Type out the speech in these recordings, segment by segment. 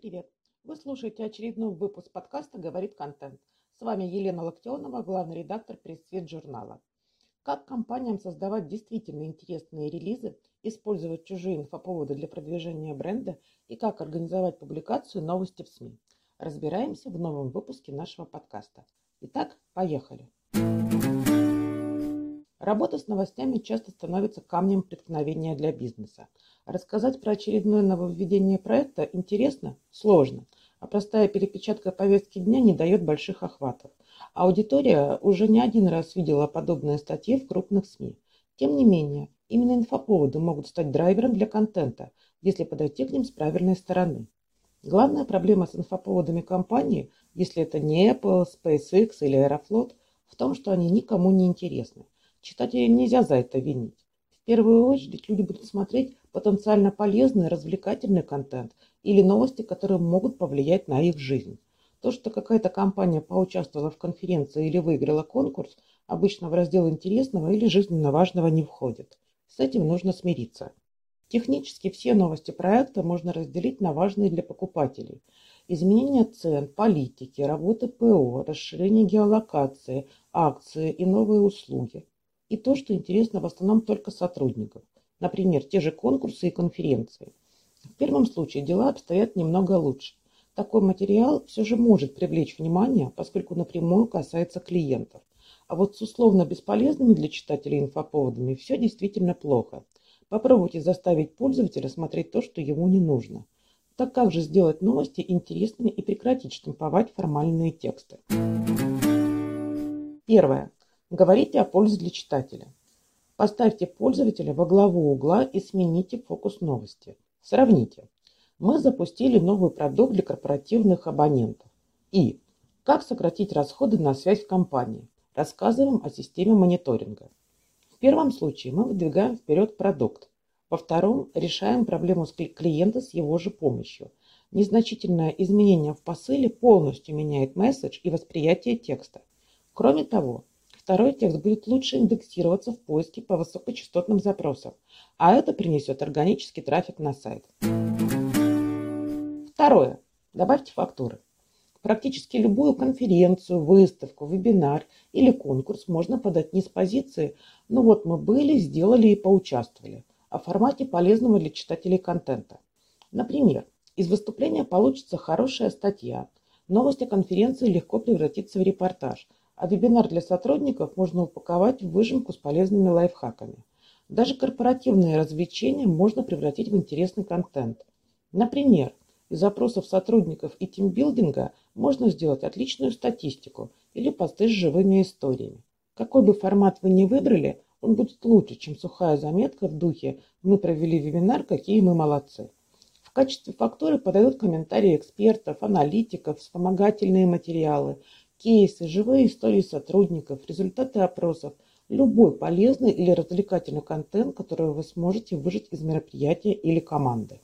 Привет! Вы слушаете очередной выпуск подкаста «Говорит контент». С вами Елена Локтионова, главный редактор пресс-свет журнала. Как компаниям создавать действительно интересные релизы, использовать чужие инфоповоды для продвижения бренда и как организовать публикацию новости в СМИ. Разбираемся в новом выпуске нашего подкаста. Итак, поехали! Работа с новостями часто становится камнем преткновения для бизнеса. Рассказать про очередное нововведение проекта интересно? Сложно. А простая перепечатка повестки дня не дает больших охватов. Аудитория уже не один раз видела подобные статьи в крупных СМИ. Тем не менее, именно инфоповоды могут стать драйвером для контента, если подойти к ним с правильной стороны. Главная проблема с инфоповодами компании, если это не Apple, SpaceX или Аэрофлот, в том, что они никому не интересны. Читателей нельзя за это винить. В первую очередь люди будут смотреть потенциально полезный, развлекательный контент или новости, которые могут повлиять на их жизнь. То, что какая-то компания поучаствовала в конференции или выиграла конкурс, обычно в раздел интересного или жизненно важного не входит. С этим нужно смириться. Технически все новости проекта можно разделить на важные для покупателей. Изменение цен, политики, работы ПО, расширение геолокации, акции и новые услуги. И то, что интересно в основном только сотрудникам. Например, те же конкурсы и конференции. В первом случае дела обстоят немного лучше. Такой материал все же может привлечь внимание, поскольку напрямую касается клиентов. А вот с условно бесполезными для читателей инфоповодами все действительно плохо. Попробуйте заставить пользователя смотреть то, что ему не нужно. Так как же сделать новости интересными и прекратить штамповать формальные тексты? Первое. Говорите о пользе для читателя. Поставьте пользователя во главу угла и смените фокус новости. Сравните. Мы запустили новый продукт для корпоративных абонентов. И как сократить расходы на связь в компании. Рассказываем о системе мониторинга. В первом случае мы выдвигаем вперед продукт. Во втором решаем проблему клиента с его же помощью. Незначительное изменение в посыле полностью меняет месседж и восприятие текста. Кроме того, второй текст будет лучше индексироваться в поиске по высокочастотным запросам, а это принесет органический трафик на сайт. Второе. Добавьте фактуры. Практически любую конференцию, выставку, вебинар или конкурс можно подать не с позиции «ну вот мы были, сделали и поучаствовали», а в формате полезного для читателей контента. Например, из выступления получится хорошая статья, новость о конференции легко превратится в репортаж, а вебинар для сотрудников можно упаковать в выжимку с полезными лайфхаками. Даже корпоративные развлечения можно превратить в интересный контент. Например, из запросов сотрудников и тимбилдинга можно сделать отличную статистику или посты с живыми историями. Какой бы формат вы ни выбрали, он будет лучше, чем сухая заметка в духе «Мы провели вебинар, какие мы молодцы». В качестве фактуры подойдут комментарии экспертов, аналитиков, вспомогательные материалы, кейсы, живые истории сотрудников, результаты опросов, любой полезный или развлекательный контент, который вы сможете выжать из мероприятия или команды.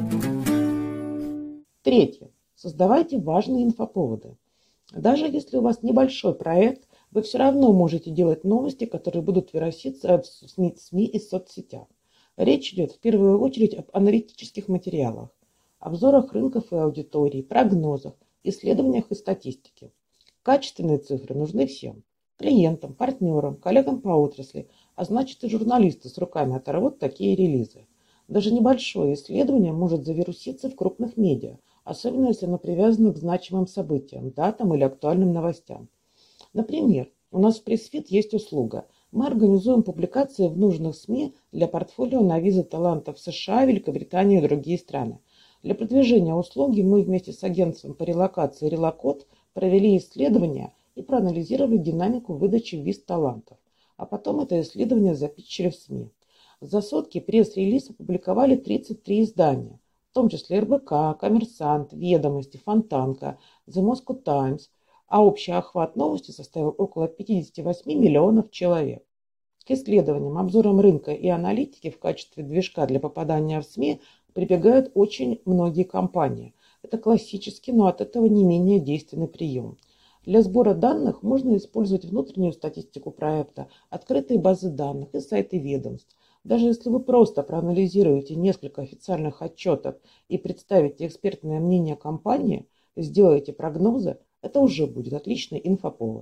Третье. Создавайте важные инфоповоды. Даже если у вас небольшой проект, вы все равно можете делать новости, которые будут вируситься в СМИ и соцсетях. Речь идет в первую очередь об аналитических материалах, обзорах рынков и аудиторий, прогнозах, исследованиях и статистике. Качественные цифры нужны всем – клиентам, партнерам, коллегам по отрасли, а значит и журналисты с руками оторвут такие релизы. Даже небольшое исследование может завируситься в крупных медиа, особенно если оно привязано к значимым событиям, датам или актуальным новостям. Например, у нас в пресс-свет есть услуга. Мы организуем публикации в нужных СМИ для портфолио на визы талантов в США, Великобританию и другие страны. Для продвижения услуги мы вместе с агентством по релокации «Релокод» провели исследования и проанализировали динамику выдачи виз талантов. А потом это исследование запитчили в СМИ. За сутки пресс-релиз опубликовали 33 издания, в том числе РБК, Коммерсант, Ведомости, Фонтанка, The Moscow Times, а общий охват новости составил около 58 миллионов человек. К исследованиям, обзорам рынка и аналитики в качестве движка для попадания в СМИ прибегают очень многие компании. Это классический, но от этого не менее действенный прием. Для сбора данных можно использовать внутреннюю статистику проекта, открытые базы данных и сайты ведомств. Даже если вы просто проанализируете несколько официальных отчетов и представите экспертное мнение компании, сделаете прогнозы, это уже будет отличный инфоповод.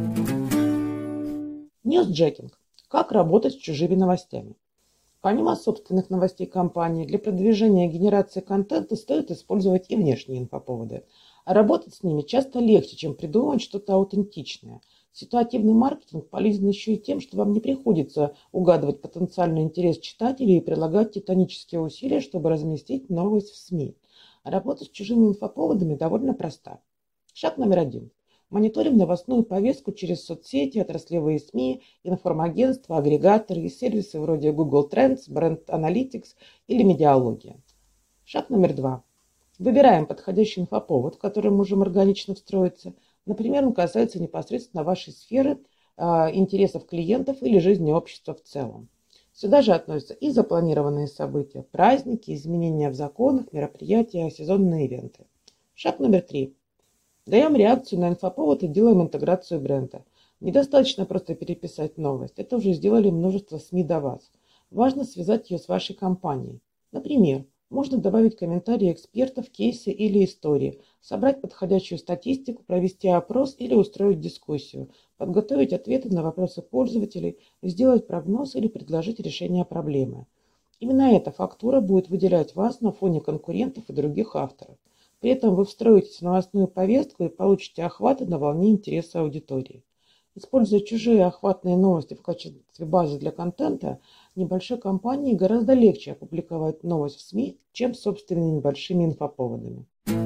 Ньюсджекинг. Как работать с чужими новостями? Помимо собственных новостей компании, для продвижения и генерации контента стоит использовать и внешние инфоповоды. А работать с ними часто легче, чем придумывать что-то аутентичное. Ситуативный маркетинг полезен еще и тем, что вам не приходится угадывать потенциальный интерес читателей и прилагать титанические усилия, чтобы разместить новость в СМИ. А работа с чужими инфоповодами довольно проста. Шаг номер 1. Мониторим новостную повестку через соцсети, отраслевые СМИ, информагентства, агрегаторы и сервисы вроде Google Trends, Brand Analytics или Медиалогия. Шаг номер 2. Выбираем подходящий инфоповод, в который можем органично встроиться. Например, он касается непосредственно вашей сферы интересов клиентов или жизни общества в целом. Сюда же относятся и запланированные события, праздники, изменения в законах, мероприятия, сезонные ивенты. Шаг номер 3. Даем реакцию на инфоповод и делаем интеграцию бренда. Недостаточно просто переписать новость. Это уже сделали множество СМИ до вас. Важно связать ее с вашей компанией. Например, можно добавить комментарии экспертов, кейсы или истории, собрать подходящую статистику, провести опрос или устроить дискуссию, подготовить ответы на вопросы пользователей, сделать прогноз или предложить решение проблемы. Именно эта фактура будет выделять вас на фоне конкурентов и других авторов. При этом вы встроитесь в новостную повестку и получите охваты на волне интереса аудитории. Используя чужие охватные новости в качестве базы для контента, небольшой компании гораздо легче опубликовать новость в СМИ, чем собственными небольшими инфоповодами.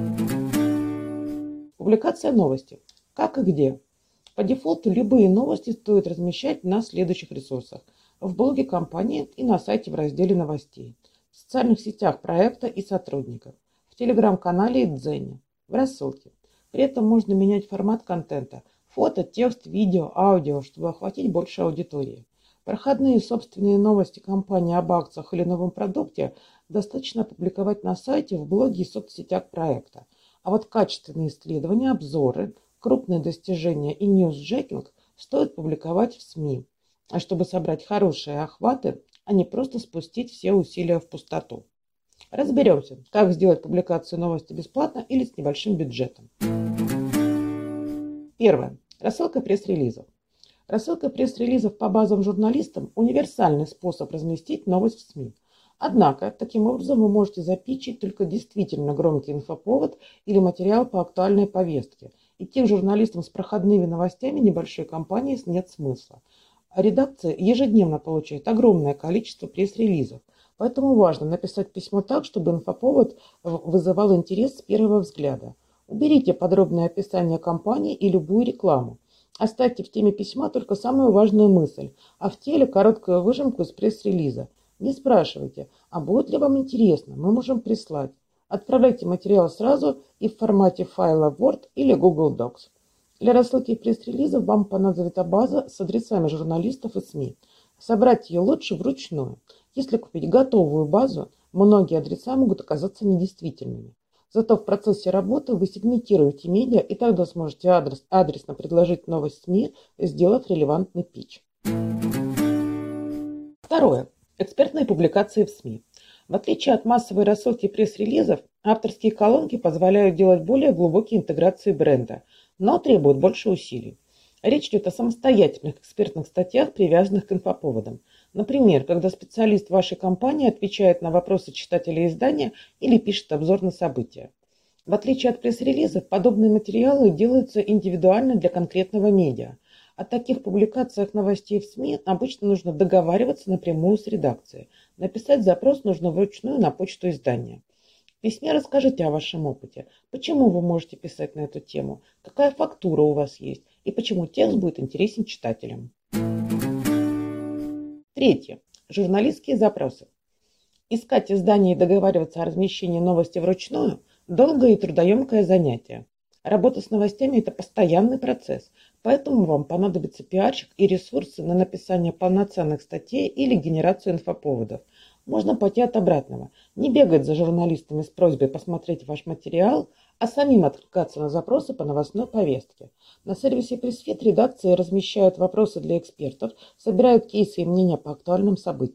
Публикация новости. Как и где? По дефолту любые новости стоит размещать на следующих ресурсах: в блоге компании и на сайте в разделе новостей, в социальных сетях проекта и сотрудников, в телеграм-канале и Дзене, в рассылке. При этом можно менять формат контента: фото, текст, видео, аудио, чтобы охватить больше аудитории. Проходные собственные новости компании об акциях или новом продукте достаточно опубликовать на сайте, в блоге и соцсетях проекта. А вот качественные исследования, обзоры, крупные достижения и ньюсджекинг стоит публиковать в СМИ, чтобы собрать хорошие охваты, а не просто спустить все усилия в пустоту. Разберемся, как сделать публикацию новости бесплатно или с небольшим бюджетом. Первое. Рассылка пресс-релизов. Рассылка пресс-релизов по базам журналистам – универсальный способ разместить новость в СМИ. Однако, таким образом вы можете запичить только действительно громкий инфоповод или материал по актуальной повестке. Идти к журналистам с проходными новостями небольшой компании нет смысла. А редакция ежедневно получает огромное количество пресс-релизов. Поэтому важно написать письмо так, чтобы инфоповод вызывал интерес с первого взгляда. Уберите подробное описание компании и любую рекламу. Оставьте в теме письма только самую важную мысль, а в теле короткую выжимку из пресс-релиза. Не спрашивайте, а будет ли вам интересно, мы можем прислать. Отправляйте материал сразу и в формате файла Word или Google Docs. Для рассылки пресс-релизов вам понадобится база с адресами журналистов и СМИ. Собрать ее лучше вручную. Если купить готовую базу, многие адреса могут оказаться недействительными. Зато в процессе работы вы сегментируете медиа и тогда сможете адресно предложить новость СМИ, сделав релевантный питч. Второе. Экспертные публикации в СМИ. В отличие от массовой рассылки пресс-релизов, авторские колонки позволяют делать более глубокие интеграции бренда, но требуют больше усилий. Речь идет о самостоятельных экспертных статьях, привязанных к инфоповодам. Например, когда специалист вашей компании отвечает на вопросы читателей издания или пишет обзор на события. В отличие от пресс-релизов, подобные материалы делаются индивидуально для конкретного медиа. О таких публикациях новостей в СМИ обычно нужно договариваться напрямую с редакцией. Написать запрос нужно вручную на почту издания. В письме расскажите о вашем опыте, почему вы можете писать на эту тему, какая фактура у вас есть и почему текст будет интересен читателям. Третье. Журналистские запросы. Искать издания и договариваться о размещении новости вручную – долгое и трудоемкое занятие. Работа с новостями – это постоянный процесс, поэтому вам понадобится пиарщик и ресурсы на написание полноценных статей или генерацию инфоповодов. Можно пойти от обратного. Не бегать за журналистами с просьбой посмотреть ваш материал, а самим откликаться на запросы по новостной повестке. На сервисе PressFit редакции размещают вопросы для экспертов, собирают кейсы и мнения по актуальным событиям.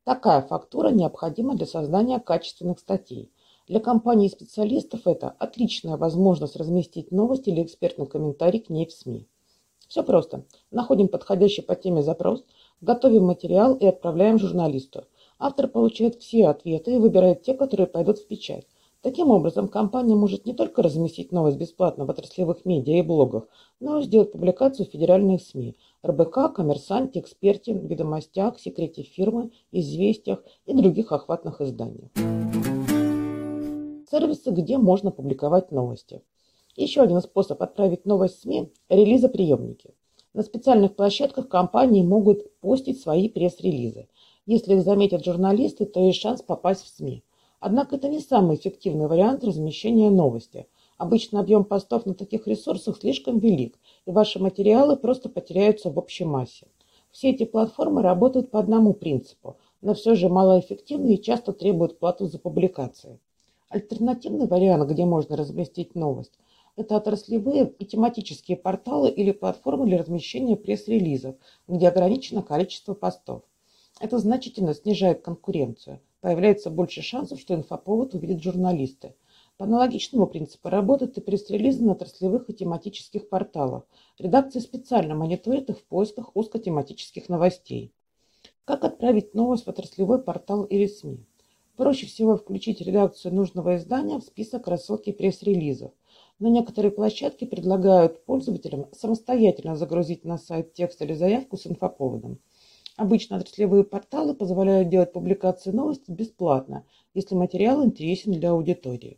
Такая фактура необходима для создания качественных статей. Для компаний и специалистов это отличная возможность разместить новость или экспертный комментарий к ней в СМИ. Все просто. Находим подходящий по теме запрос, готовим материал и отправляем журналисту. Автор получает все ответы и выбирает те, которые пойдут в печать. Таким образом, компания может не только разместить новость бесплатно в отраслевых медиа и блогах, но и сделать публикацию в федеральных СМИ, РБК, Коммерсанте, Эксперте, Ведомостях, Секрете фирмы, Известиях и других охватных изданиях. Сервисы, где можно публиковать новости. Еще один способ отправить новость в СМИ – релизоприемники. На специальных площадках компании могут постить свои пресс-релизы. Если их заметят журналисты, то есть шанс попасть в СМИ. Однако это не самый эффективный вариант размещения новости. Обычно объем постов на таких ресурсах слишком велик, и ваши материалы просто потеряются в общей массе. Все эти платформы работают по одному принципу, но все же малоэффективны и часто требуют плату за публикации. Альтернативный вариант, где можно разместить новость, это отраслевые и тематические порталы или платформы для размещения пресс-релизов, где ограничено количество постов. Это значительно снижает конкуренцию. Появляется больше шансов, что инфоповод увидят журналисты. По аналогичному принципу работают и пресс-релизы на отраслевых и тематических порталах. Редакция специально мониторит их в поисках узкотематических новостей. Как отправить новость в отраслевой портал или СМИ? Проще всего включить редакцию нужного издания в список рассылки пресс-релизов. Но некоторые площадки предлагают пользователям самостоятельно загрузить на сайт текст или заявку с инфоповодом. Обычно отраслевые порталы позволяют делать публикации новости бесплатно, если материал интересен для аудитории.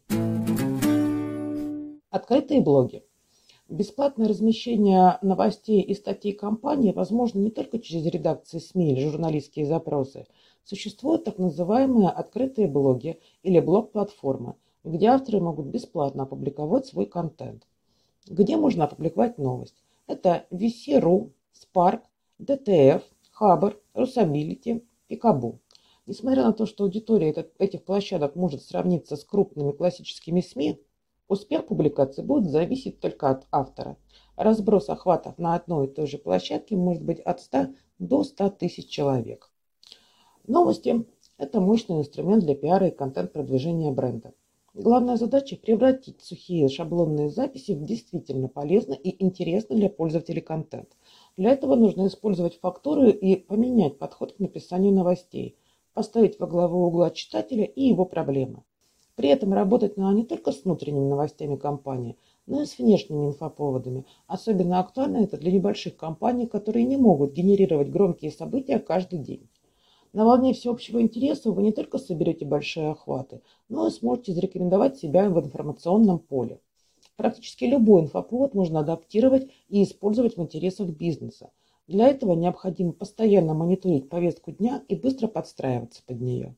Открытые блоги. Бесплатное размещение новостей и статей компании возможно не только через редакции СМИ или журналистские запросы. Существуют так называемые открытые блоги или блог-платформы, где авторы могут бесплатно опубликовать свой контент. Где можно опубликовать новость? Это VC.ru, Spark, DTF, Хабр, Русабилити, Пикабу. Несмотря на то, что аудитория этих площадок может сравниться с крупными классическими СМИ, успех публикации будет зависеть только от автора. Разброс охватов на одной и той же площадке может быть от 100 до 100 тысяч человек. Новости – это мощный инструмент для пиара и контент-продвижения бренда. Главная задача – превратить сухие шаблонные записи в действительно полезный и интересный для пользователей контент. Для этого нужно использовать фактуры и поменять подход к написанию новостей, поставить во главу угла читателя и его проблемы. При этом работать надо не только с внутренними новостями компании, но и с внешними инфоповодами. Особенно актуально это для небольших компаний, которые не могут генерировать громкие события каждый день. На волне всеобщего интереса вы не только соберете большие охваты, но и сможете зарекомендовать себя в информационном поле. Практически любой инфоповод можно адаптировать и использовать в интересах бизнеса. Для этого необходимо постоянно мониторить повестку дня и быстро подстраиваться под нее.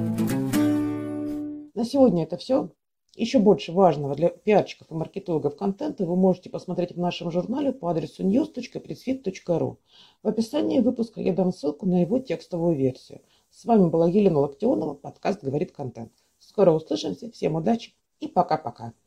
На сегодня это все. Еще больше важного для пиарщиков и маркетологов контента вы можете посмотреть в нашем журнале по адресу news.pressfit.ru. В описании выпуска я дам ссылку на его текстовую версию. С вами была Елена Локтионова, подкаст «Говорит контент». Скоро услышимся, всем удачи и пока-пока.